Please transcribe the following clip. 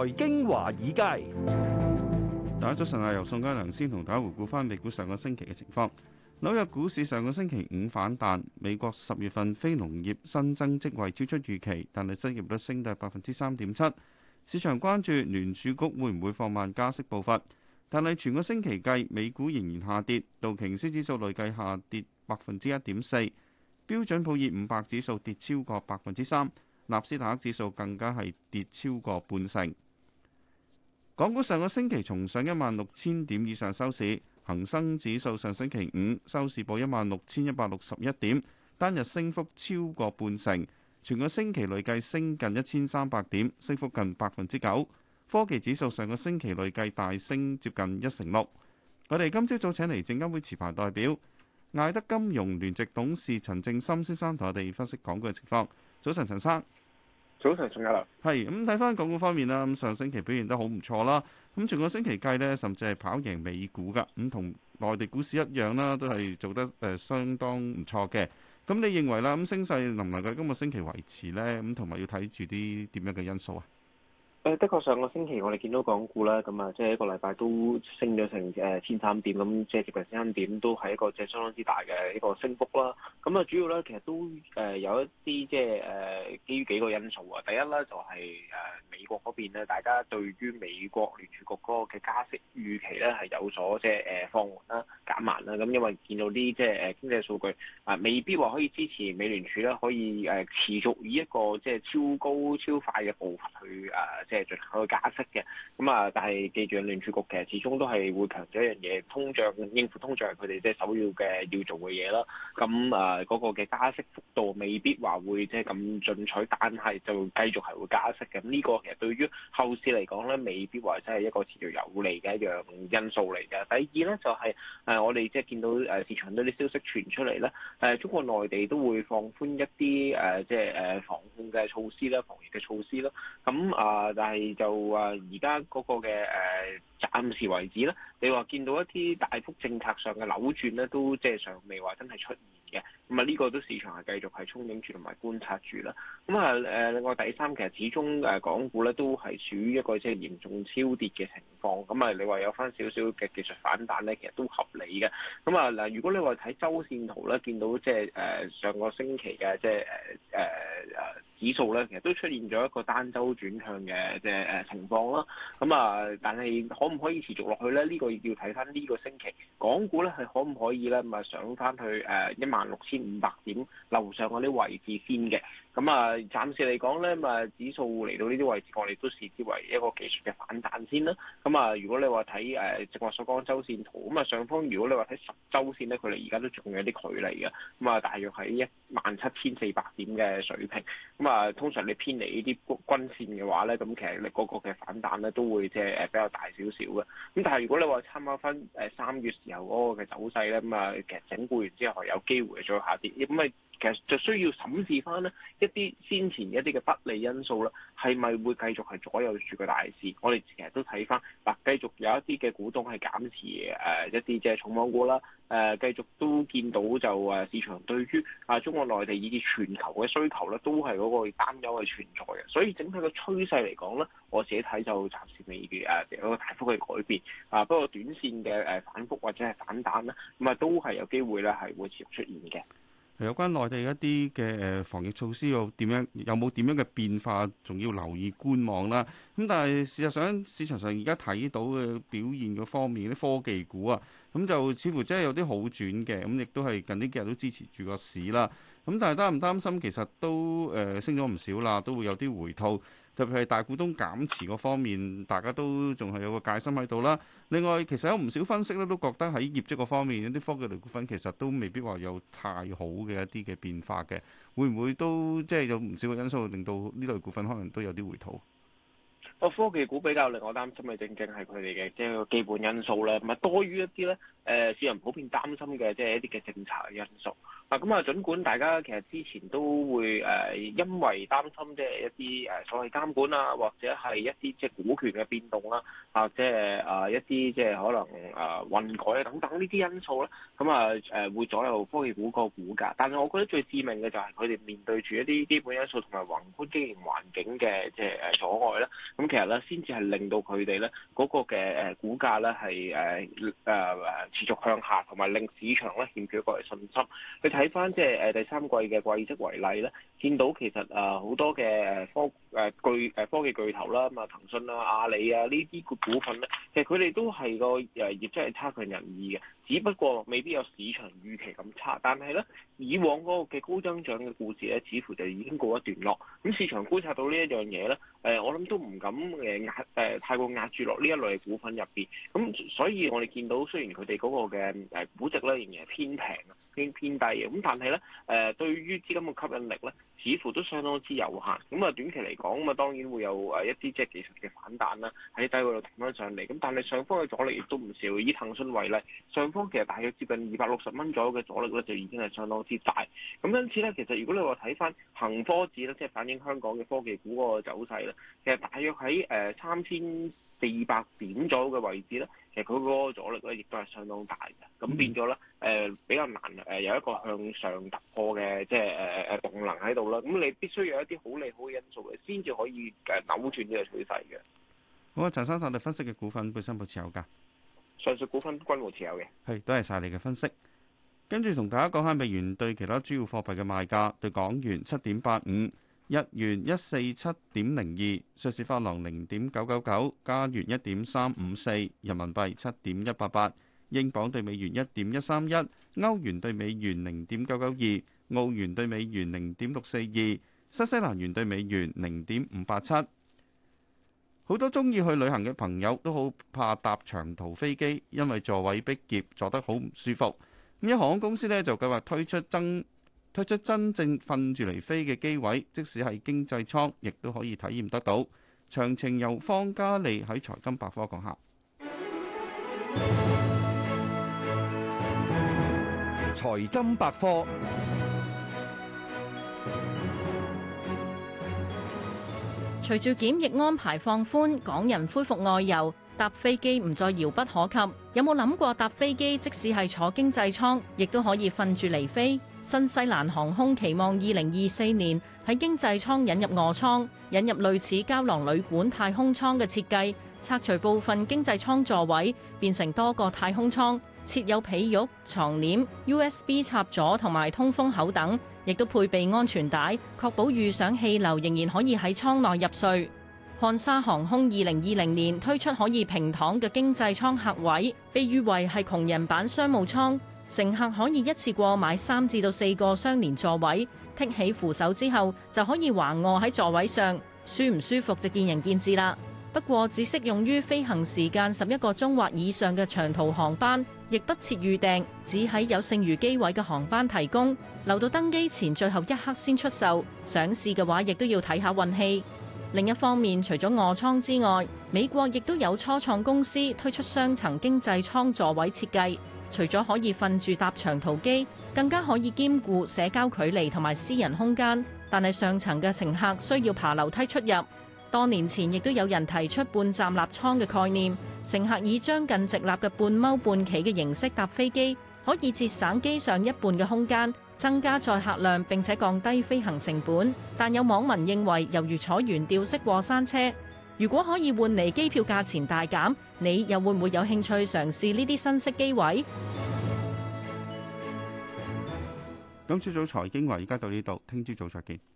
財經華爾街， 大家早晨啊！由宋嘉良先同大家回顧翻美股上個星期嘅情況。紐約股市上個星期五反彈，美國10月份非農業新增職位超出預期，但係失業率升到3.7%。市場關注聯儲局會唔會放慢加息步伐，但係全個星期計，美股仍然下跌，道瓊斯指數累計下跌1.4%，標準普爾500指數跌超過3%，納斯達克指數更加係跌超過半成。港股上個星期重上16,000點以上收市，恒生指數上星期五收市報16,161點，單日升幅超過半成，全個星期累計升近1,300點，升幅近9%。科技指數上個星期累計大升接近1成6。我哋今朝早請嚟證監會持牌代表艾德金融聯席董事陳正森先生同我哋分析港股嘅情況。早晨，陳生。 早晨，宋嘉良。 係咁睇翻港股方面啦，咁上星期表現得好唔錯啦。咁全個星期計呢，甚至係跑贏美股噶。咁同內地股市一樣啦，都係做得相當唔錯嘅。咁你認為啦，咁升勢能唔能夠今個星期維持呢？咁同埋要睇住啲點樣嘅因素啊？ 的確上個星期我哋見到港股啦，咁啊，即係一個禮拜都升咗成1,300點，咁即係接近3點，都係一個即係相當之大嘅一個升幅啦。咁啊，主要咧其實都有一啲即係基於幾個因素啊。第一咧就係美國嗰邊咧，大家對於美國聯儲局嗰個嘅加息預期咧係有所即係放緩啦、減慢啦。咁因為見到啲即係經濟數據未必話可以支持美聯儲咧可以持續以一個即係超高超快嘅步伐去即係進行去加息嘅。咁啊，但係記住聯儲局其實始終都係會強調一樣嘢，通脹應付通脹係佢哋即係首要嘅要做嘅嘢啦。咁嗰個嘅加息幅度未必話會即係咁進取，但係就繼續係會加息嘅。咁呢個其實對於後市嚟講咧，未必話真係一個持續有利嘅一樣因素嚟嘅。第二咧就係我哋即係見到市場都啲消息傳出嚟咧，中國內地都會放寬一啲即係防控嘅措施啦、防疫嘅措施啦。咁但係就而家嗰個嘅暫時為止咧，你話見到一啲大幅政策上嘅扭轉咧，都即係尚未話真係出現嘅。咁啊，呢個都市場係繼續係憧憬住同埋觀察住啦。咁啊另外第三，其實始終港股咧都係屬於一個即係嚴重超跌嘅情況。咁啊，你話有翻少少嘅技術反彈咧，其實都合理嘅。咁啊嗱，如果你話睇周線圖咧，見到即係上個星期嘅即係指數咧，其實都出現咗一個單周轉向嘅即係情況啦。咁啊，但係可唔可以持續落去咧？呢個要睇翻呢個星期港股咧係可唔可以咧咁啊上翻去16,500點樓上嗰啲位置先嘅。咁啊，暫時嚟講咧，咁啊指數嚟到呢啲位置，我哋都視之為一個技術嘅反彈先啦。咁啊，如果你話睇正話所講周線圖，咁啊上方如果你話睇10週線咧，佢哋而家都仲有啲距離嘅。咁啊，大約喺17,400點嘅水平。咁啊，通常你偏離呢啲均線嘅話咧，咁其實你嗰個嘅反彈咧都會即係比較大少少嘅。咁但係如果你話參考翻3月時候嗰個嘅走勢咧，咁啊其實整固完之後係有機會再下跌。咁啊，其實就需要審視翻咧一啲先前一啲嘅不利因素啦，係咪會繼續係左右住個大市？我哋其實都睇翻嗱，繼續有一啲嘅股東係減持一啲即係重磅股啦，繼續都見到就市場對於中國內地以至全球嘅需求咧，都係嗰個擔憂係存在嘅。所以整體嘅趨勢嚟講咧，我自己睇就暫時未有個大幅嘅改變。不過短線嘅反覆或者係反彈咧，咁啊都係有機會咧係會持續出現嘅。 有關內地一啲嘅防疫措施有冇點樣嘅變化，仲要留意觀望啦。咁但係事實上市場上而家睇到嘅表現嘅方面，啲科技股啊，咁就似乎真係有啲好轉嘅。咁亦都係近呢幾日都支持住個市啦。咁但係擔唔擔心其實都升咗唔少啦，都會有啲回吐。特別係大股東減持嗰方面，大家都仲係有個戒心喺度啦。另外，其實有唔少分析咧，都覺得喺業績嗰方面，一啲科技類股份其實都未必話有太好嘅一啲嘅變化嘅。會唔會都即係有唔少嘅因素令到呢類股份可能都有啲回吐？ 個科技股比較令我擔心嘅正正係佢哋嘅即係個基本因素咧，咁啊多於一啲咧市場普遍擔心嘅即係一啲嘅政策嘅因素。咁啊，儘管大家其實之前都會因為擔心即係一啲所謂監管啊，或者係一啲即係股權嘅變動啦，即係一啲即係可能混改啊等等呢啲因素咧，會左右科技股個股價。但係我覺得最致命嘅就係佢哋面對住一啲基本因素同埋宏觀經營環境嘅即係阻礙啦。咁其實咧先至係令到佢哋咧嗰個嘅股價咧係持續向下，同埋令市場咧欠缺一個信心。你睇翻即係第三季嘅季績為例咧，見到其實好多嘅科技巨頭啦，騰訊啊、阿里啊呢啲股份咧，其實佢哋都係個業績係差強人意嘅，只不過未必有市場預期咁差。但係咧，以往嗰個嘅高增長嘅故事咧，似乎就已經告一段落。咁市場觀察到呢一樣嘢咧，我諗都唔敢太過壓住落呢一類嘅股份入邊。咁所以我哋見到雖然佢哋嗰個嘅估值咧仍然係偏平啊，偏低嘅。咁但係咧對於資金嘅吸引力咧，似乎都相當之有限。咁短期嚟講，當然會有一啲即係技術嘅反彈啦，喺低位度彈翻上嚟。咁但係上方嘅阻力亦都唔少。以騰訊為例，上方其實大約接近260蚊左右嘅阻力咧，就已經係相當之大。咁因此咧，其實如果你話睇翻恒科指咧，即係反映香港嘅科技股嗰個走勢咧，其實大約喺3400點左右嘅位置咧，其實佢嗰個阻力咧亦都係相當大嘅。咁變咗咧比較難有一個向上突破嘅即係動能喺度啦。咁你必須有一啲好利好嘅因素嘅，先至可以扭轉呢個趨勢嘅。 好啊，陳生，我哋分析嘅股份本身冇持有㗎。 上述股份均無持有嘅。 係，多謝晒你嘅分析。跟住同大家講下美元對其他主要貨幣嘅賣價：對港元7.85，日元147.02，瑞士法郎0.999，加元1.354，人民幣7.188，英鎊對美元1.131，歐元對美元0.992，澳元對美元0.642，新西蘭元對美元0.587。好多中意去旅行嘅朋友都好怕搭長途飛機，因為座位逼夾，坐得好唔舒服。咁有航空公司呢就計劃推出真正瞓住嚟飛嘅機位，即使係經濟艙，亦都可以體驗得到。詳情由方嘉利喺財金百科講下。 財金百科。 隨住檢疫安排放寬，港人恢復外遊，搭飛機唔再遙不可及。有冇諗過搭飛機，即使係坐經濟艙，亦都可以瞓住嚟飛？新西蘭航空期望2024年喺經濟艙引入臥艙，引入類似膠囊旅館太空艙嘅設計，拆除部分經濟艙座位，變成多個太空艙，設有被褥、床簾、USB 插座同埋通風口等。亦都配備安全帶，確保遇上氣流仍然可以喺艙內入睡。漢莎航空2020年推出可以平躺嘅經濟艙客位，被譽為係窮人版商務艙，乘客可以一次過買3至到4個相連座位，剔起扶手之後就可以橫臥喺座位上，舒唔舒服就見仁見智啦。不過只適用於飛行時間11個鐘或以上嘅長途航班，亦不設預訂，只喺有剩餘機位嘅航班提供，留到登機前最後一刻先出售。想試嘅話，亦都要睇下運氣。另一方面，除咗臥艙之外，美國亦都有初創公司推出雙層經濟艙座位設計，除咗可以瞓住搭長途機，更加可以兼顧社交距離同埋私人空間。但係上層嘅乘客需要爬樓梯出入。多年前亦都有人提出半站立艙嘅概念，乘客以將近直立嘅半踎半企嘅形式搭飛機，可以節省機上一半嘅空間，增加載客量並且降低飛行成本。但有網民認為，猶如坐懸吊式過山車，如果可以換嚟機票價錢大減，你又會唔會有興趣嘗試呢啲新式機位？ 今朝早財經話而家到呢度，聽朝早再見。